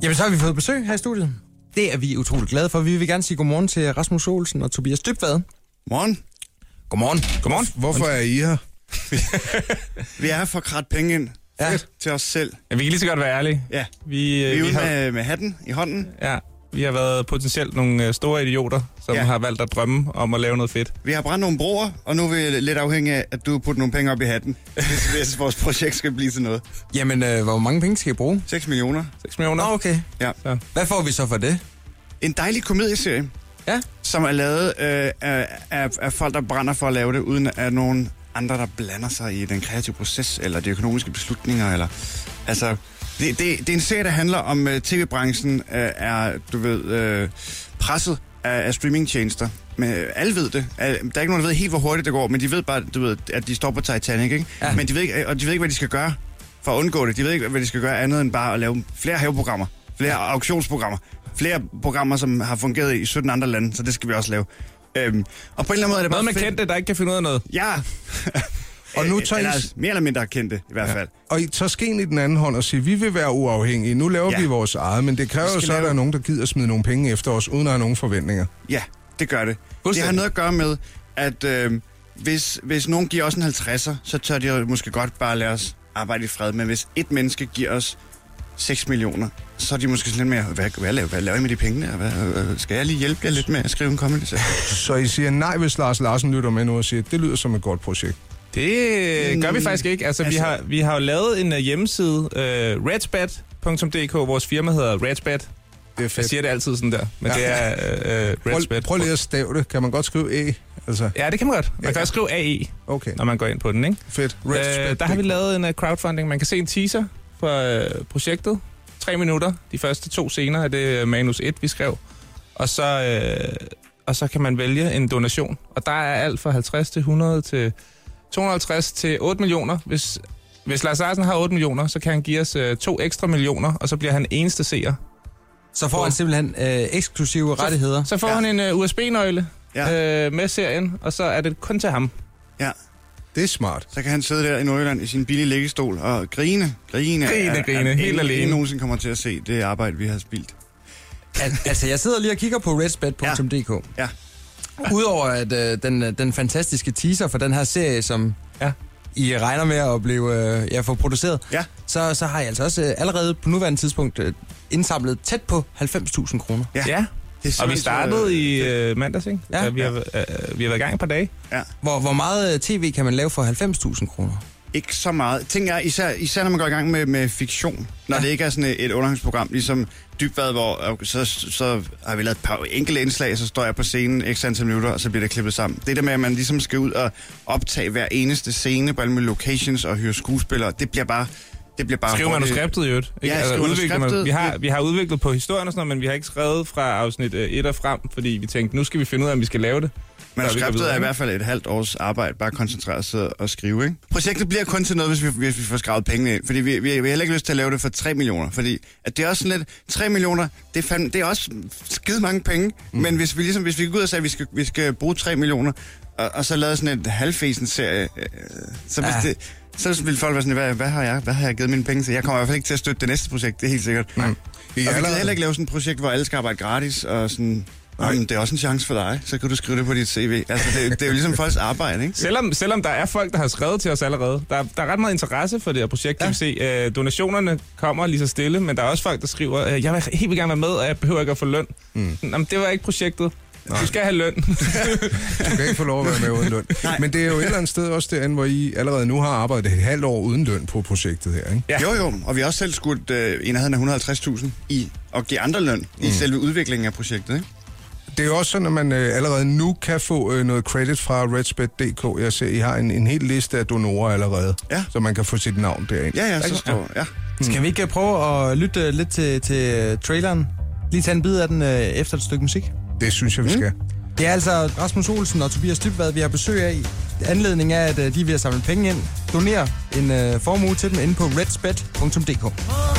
Jamen, så har vi fået besøg her i studiet. Det er vi utroligt glade for. Vi vil gerne sige godmorgen til Rasmus Olsen og Tobias Dybvad. Morgen. Godmorgen. Godmorgen. Hvorfor er I her? Vi er her for at kratte penge ind til os selv. Ja, vi kan lige så godt være ærlige. Ja. Vi er ude med hatten i hånden. Ja, vi har været potentielt nogle store idioter, som har valgt at drømme om at lave noget fedt. Vi har brændt nogle broer, og nu er vi lidt afhængige af, at du putter nogle penge op i hatten, hvis vores projekt skal blive til noget. Jamen, hvor mange penge skal I bruge? 6 millioner. 6 millioner? Okay. Ja. Hvad får vi så for det? En dejlig komedieserie, som er lavet af folk, der brænder for at lave det, uden at nogen andre, der blander sig i den kreative proces, eller de økonomiske beslutninger, eller... Altså, det er en serie, der handler om tv-branchen er, presset af streamingtjenester. Men alle ved det. Der er ikke nogen, der ved helt, hvor hurtigt det går, men de ved bare, at de står på Titanic, ikke? Ja. Men de ved ikke, hvad de skal gøre for at undgå det. De ved ikke, hvad de skal gøre andet end bare at lave flere haveprogrammer, flere auktionsprogrammer, flere programmer, som har fungeret i 17 andre lande, så det skal vi også lave. Og på en eller anden måde er det bare... Noget med kendte, der ikke kan finde ud af noget. Ja. Og nu tager I... mere eller mindre kendte, i hvert fald. Og I tager skeen i den anden hånd og siger, vi vil være uafhængige. Nu laver vi vores eget, men det kræver jo så, at der er nogen, der gider smide nogle penge efter os, uden at have nogen forventninger. Ja, det gør det. Det har noget at gøre med, at hvis nogen giver os en 50'er, så tør de måske godt bare lade os arbejde i fred. Men hvis et menneske giver os 6 millioner, så er de måske sådan lidt mere, hvad laver I med de penge der? Skal jeg lige hjælpe jer lidt med at skrive en comedy? Så I siger nej, hvis Lars Larsen lytter med nu og siger, det lyder som et godt projekt. Det gør vi faktisk ikke. Altså, vi har jo lavet en hjemmeside, redsbat.dk. Vores firma hedder Redsbat. Det er fedt. Jeg siger det altid sådan der, men det er Redsbat. Prøv lige at stave det. Kan man godt skrive E? Altså. Ja, det kan man godt. Man kan også skrive AE, når man går ind på den, ikke? Fedt. Der har vi lavet en crowdfunding. Man kan se en teaser for projektet. 3 minutter. De første 2 scener af det manus 1, vi skrev. Og så kan man vælge en donation. Og der er alt fra 50 til 100 til 250 til 8 millioner. Hvis Lars Larsen har 8 millioner, så kan han give os 2 ekstra millioner, og så bliver han eneste seer. Så får han simpelthen eksklusive rettigheder. Så får han en USB-nøgle med serien, og så er det kun til ham. Ja. Det er smart. Så kan han sidde der i Nordjylland i sin billige liggestol og grine helt alene. Ingen nogensinde kommer til at se det arbejde, vi har spildt. Altså, jeg sidder lige og kigger på redsbat.dk. Ja. Udover at den fantastiske teaser for den her serie, som I regner med at blive få produceret, så har jeg altså også allerede på nuværende tidspunkt indsamlet tæt på 90.000 kroner. Ja. Og vi startede i mandags, ikke? Ja. Vi har været i gang et par dage. Ja. Hvor meget tv kan man lave for 90.000 kroner? Ikke så meget. Ting er, især når man går i gang med fiktion, når det ikke er sådan et underholdningsprogram, ligesom Dybvad, hvor så har vi lavet et par enkelte indslag, så står jeg på scenen x antal minutter, og så bliver det klippet sammen. Det der med, at man ligesom skal ud og optage hver eneste scene på alle mulige locations og hyre skuespillere, det bliver bare... Skriv manuskriptet i øvrigt. Ja, manuskriptet. Vi har udviklet på historien og sådan noget, men vi har ikke skrevet fra afsnit 1 og frem, fordi vi tænkte, nu skal vi finde ud af, om vi skal lave det. Manuskriptet er i hvert fald et halvt års arbejde, bare koncentrere sig og skrive, ikke? Projektet bliver kun til noget, hvis vi får skrevet pengene ind, fordi vi har heller ikke lyst til at lave det for 3 millioner, fordi at det er også sådan lidt, 3 millioner, det er også skide mange penge, men hvis vi gik ud og sagde, at vi skal bruge 3 millioner, og så lavede sådan et halvfæsen serie, så ville folk være sådan, hvad har jeg givet mine penge til? Jeg kommer i hvert fald ikke til at støtte det næste projekt, det er helt sikkert. Nej. Og vi kan heller ikke lave sådan et projekt, hvor alle skal arbejde gratis, og sådan... Men det er også en chance for dig, så kan du skrive det på dit CV. Altså, det er jo ligesom folks arbejde, ikke? Selvom der er folk, der har skrevet til os allerede. Der er ret meget interesse for det her projekt, kan vi se. Donationerne kommer lige så stille, men der er også folk, der skriver, jeg vil helt gerne være med, og jeg behøver ikke at få løn. Jamen, det var ikke projektet. Du skal have løn. Du kan ikke få lov at være med uden løn. Men det er jo et eller andet sted også derinde, hvor I allerede nu har arbejdet et halvt år uden løn på projektet her, ikke? Ja. Jo, og vi har også selv skudt en af 150.000 i at give andre løn i selve udviklingen af projektet, ikke? Det er jo også sådan, at man allerede nu kan få noget credit fra redsbat.dk. Jeg ser, I har en hel liste af donorer allerede, så man kan få sit navn derind. Ja, så står Skal vi ikke prøve at lytte lidt til traileren? Lige tage en bid af den efter et stykke musik? Det synes jeg, vi skal. Det er altså Rasmus Olsen og Tobias Dybvad, vi har besøg af. Anledning er, at de er ved at samle penge ind. Doner en formue til dem inde på redsbat.dk.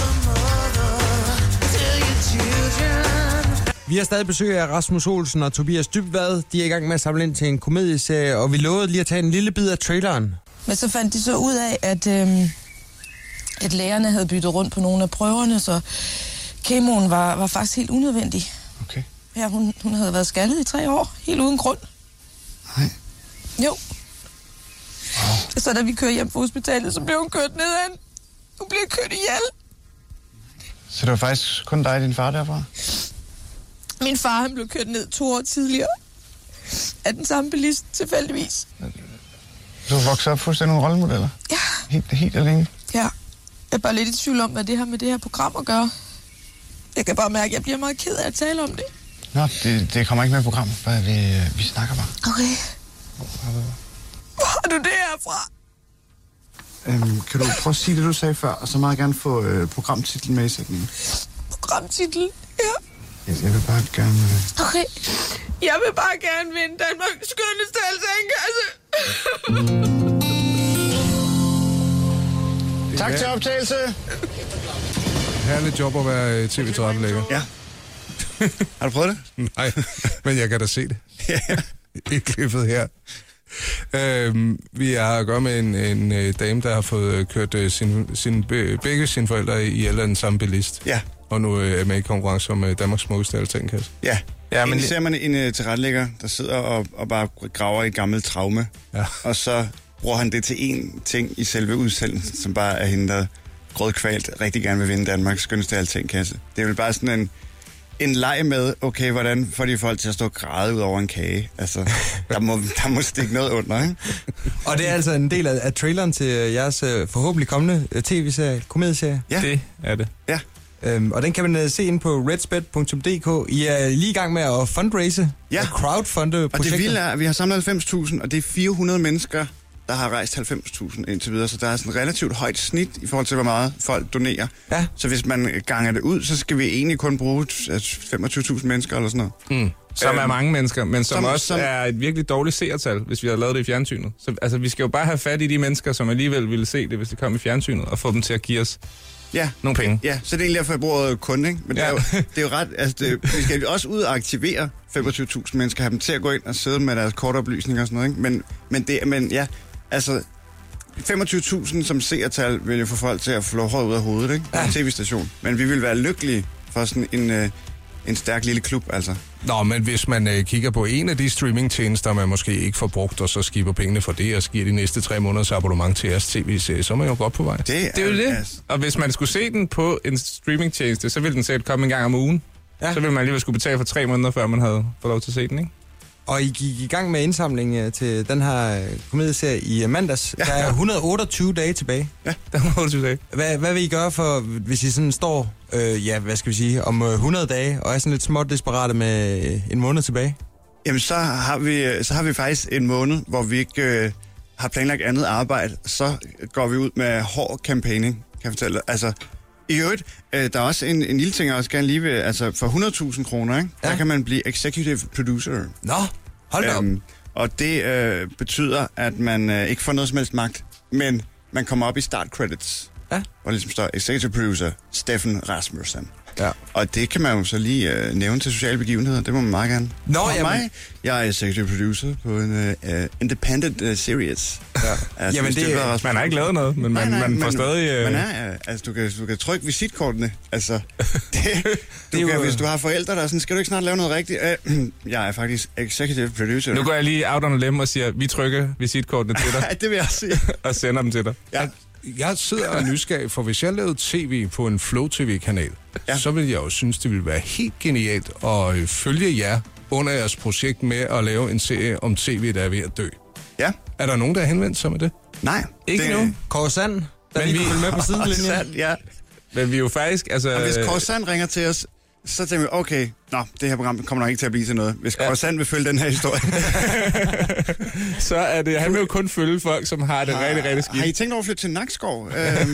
Vi har stadig besøg af Rasmus Olsen og Tobias Dybvad. De er i gang med at samle ind til en komedieserie, og vi lovede lige at tage en lille bid af traileren. Men så fandt de så ud af, at lærerne havde byttet rundt på nogle af prøverne, så Kemoen var faktisk helt unødvendig. Okay. Ja, hun havde været skaldet i 3 år, helt uden grund. Nej. Jo. Wow. Så da vi kører hjem fra hospitalet, så blev hun kørt nedad. Hun blev kørt ihjel. Så det var faktisk kun dig og din far derfra? Min far, han blev kørt ned 2 år tidligere. Af den samme bilist, tilfældigvis. Du voksede op fuldstændig nogle rollemodeller? Ja. Helt alene? Ja. Jeg er bare lidt i tvivl om, hvad det har med det her program at gøre. Jeg kan bare mærke, at jeg bliver meget ked af at tale om det. Nå, det kommer ikke med i programmet. Vi snakker bare. Okay. Hvor har du det herfra? Kan du prøve at sige det, du sagde før, og så meget gerne få programtitlen med i sætningen? Programtitel? Ja. Jeg vil bare gerne... Okay. Jeg vil bare gerne vinde Danmarks skønneste altankasse. Tak til optagelse. Herligt job at være tv-tilrettelægger. Ja. Har du prøvet det? Nej, men jeg kan da se det. Ja. I klippet her. Vi har at gøre med en dame, der har fået kørt begge sine forældre ihjel af den samme bilist. Ja. Og nu er med i konkurrence om Danmarks smukkeste altankasse. Ja. Men ser man en tilrettelægger, der sidder og bare graver i et gammelt traume. Ja. Og så bruger han det til én ting i selve udsendelsen, som bare er hende, der grødkvalt rigtig gerne vil vinde Danmarks skønneste altankasse. Det er vel bare sådan en leg med, okay, hvordan får de folk til at stå og græde ud over en kage? Altså, der må stikke noget under, ikke? Og det er altså en del af traileren til jeres forhåbentlig kommende tv-serie, komedieserie? Ja. Det er det. Ja. Og den kan man se ind på redsbet.dk. I er lige i gang med at fundraise, at crowdfunde projektet. Og det vilde er, at vi har samlet 90.000, og det er 400 mennesker, der har rejst 90.000 indtil videre. Så der er sådan et relativt højt snit i forhold til, hvor meget folk donerer. Ja. Så hvis man ganger det ud, så skal vi egentlig kun bruge 25.000 mennesker eller sådan noget. Som er mange mennesker, men som også er et virkelig dårligt seertal, hvis vi har lavet det i fjernsynet. Så altså, vi skal jo bare have fat i de mennesker, som alligevel ville se det, hvis det kom i fjernsynet, og få dem til at give os nogle penge. Ja, så det er egentlig derfor, jeg bruger kun, ikke? Men det er jo ret... Altså, vi skal også ud og aktivere 25.000 mennesker, have dem til at gå ind og sidde med deres kortoplysninger og sådan noget, ikke? Men ja, altså... 25.000 som seertal vil jo få folk til at flå hårdt ud af hovedet, ikke? På en tv-station. Men vi vil være lykkelige for sådan en stærk lille klub, altså. Nå, men hvis man kigger på en af de streamingtjenester, man måske ikke får brugt, og så skipper pengene for det, og giver de næste 3 måneders abonnement til jeres tv-serie, så er man jo godt på vej. Det er jo det. Altså. Og hvis man skulle se den på en streamingtjeneste, så ville den sikkert komme en gang om ugen. Ja. Så ville man alligevel skulle betale for 3 måneder, før man havde fået lov til at se den, ikke? Og I gik i gang med indsamling til den her komedieserie i mandags. Ja. Der er 128 dage tilbage. Ja, der er 128 dage. Hvad vil I gøre for, hvis I sådan står, hvad skal vi sige, om 100 dage, og er sådan lidt småt desperate med en måned tilbage? Jamen, så har vi faktisk en måned, hvor vi ikke har planlagt andet arbejde. Så går vi ud med hård campaigning, kan jeg fortælle. Altså, i øvrigt, der er også en lille ting, jeg også gerne lige vil, altså for 100.000 kroner, ikke? Der kan man blive executive producer. Nå, hold da op. Og det betyder, at man ikke får noget som helst magt, men man kommer op i start credits. Ja. Og ligesom står executive producer Steffen Rasmussen. Ja. Og det kan man jo så lige nævne til sociale begivenheder. Det må man meget gerne. Jeg er executive producer på en independent series. Ja. Altså, jamen man har ikke lavet noget, men man får stadig... Altså, du kan trykke visitkortene. Altså, hvis du har forældre, der sådan, skal du ikke snart lave noget rigtigt? Jeg er faktisk executive producer. Nu går jeg lige out on a limb og siger, vi trykker visitkortene til dig. Det vil jeg sige. Og sender dem til dig. Ja. Jeg sidder og nysgerrig, for hvis jeg lavede tv på en Flow TV-kanal, så ville jeg jo synes, det ville være helt genialt at følge jer under jeres projekt med at lave en serie om tv, der er ved at dø. Ja. Er der nogen, der har henvendt sig med det? Nej. Ikke nu. Kåre Sand, der vi følge med på sidelinjen. Ja. Men vi er jo faktisk... Altså, og hvis Kåre Sand ringer til os, så tænker vi, okay, det her program kommer nok ikke til at blive til noget. Hvis Kåre Sand vil følge den her historie. Så er det... Han vil jo kun følge folk, som har det rigtig, rigtig skidt. Har I tænkt over at flytte til Nakskov?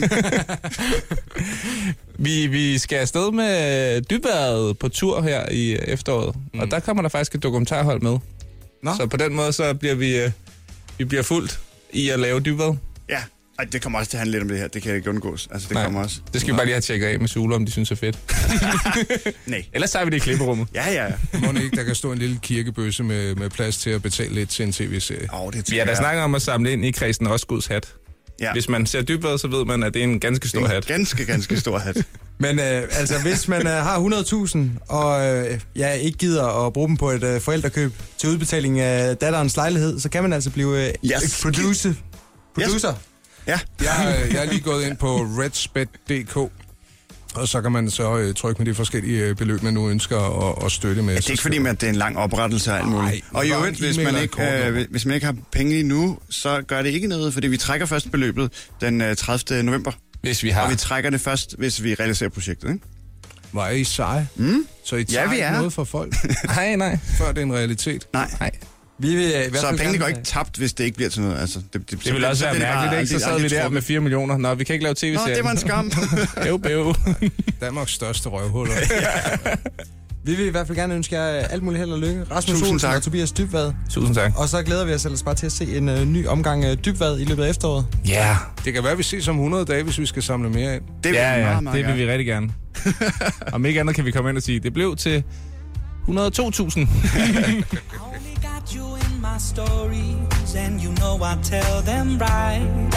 Vi skal afsted med Dybvad på tur her i efteråret. Og der kommer der faktisk et dokumentarhold med. Nå. Så på den måde, så bliver vi bliver fuldt i at lave Dybvad. Ja. Ej, det kommer også til at handle lidt om det her. Det kan ikke undgås. Altså, det kommer også. Det skal vi bare lige have tjekket af med Zulu, om de synes er fedt. Nej. Ellers tager vi det i klipperummet. Ja. Må ikke, der kan stå en lille kirkebøsse med plads til at betale lidt til en tv-serie. Vi har da snakket om at samle ind i kredsen også Guds hat. Ja. Hvis man ser Dybvad, så ved man, at det er en ganske stor hat. Ganske stor hat. Men altså, hvis man har 100.000 og ikke gider at bruge dem på et forældrekøb til udbetaling af datterens lejlighed, så kan man altså blive producer. Yes. Ja. Jeg er lige gået ind på redspet.dk, og så kan man så trykke med de forskellige beløb, man nu ønsker at støtte med. Ja, det er ikke fordi, at det er en lang oprettelse og alt muligt. Og i øvrigt, hvis man ikke har penge lige nu, så gør det ikke noget, fordi vi trækker først beløbet den 30. november. Hvis vi har. Og vi trækker det først, hvis vi realiserer projektet, ikke? Hvor er I seje? Så I tager ikke noget for folk? Nej. Før det er en realitet? Nej. Så pengene går ikke tabt, hvis det ikke bliver til noget. Altså, det vil også være mærkeligt, ikke? Så sad vi der med 4 millioner. Nå, vi kan ikke lave tv-serier. Nå, det var en skam. Bæv. Danmarks største røvhuller. Vi vil i hvert fald gerne ønske jer alt muligt held og lykke. Rasmus Olsen og Tobias Dybvad. Tusind tak. Og så glæder vi os ellers bare til at se en ny omgang Dybvad i løbet af efteråret. Ja. Det kan være, vi ses om 100 dage, hvis vi skal samle mere ind. Det vil vi rigtig gerne. Om ikke andet kan vi komme ind og sige, det blev til 102.000. You in my stories, and you know I tell them right.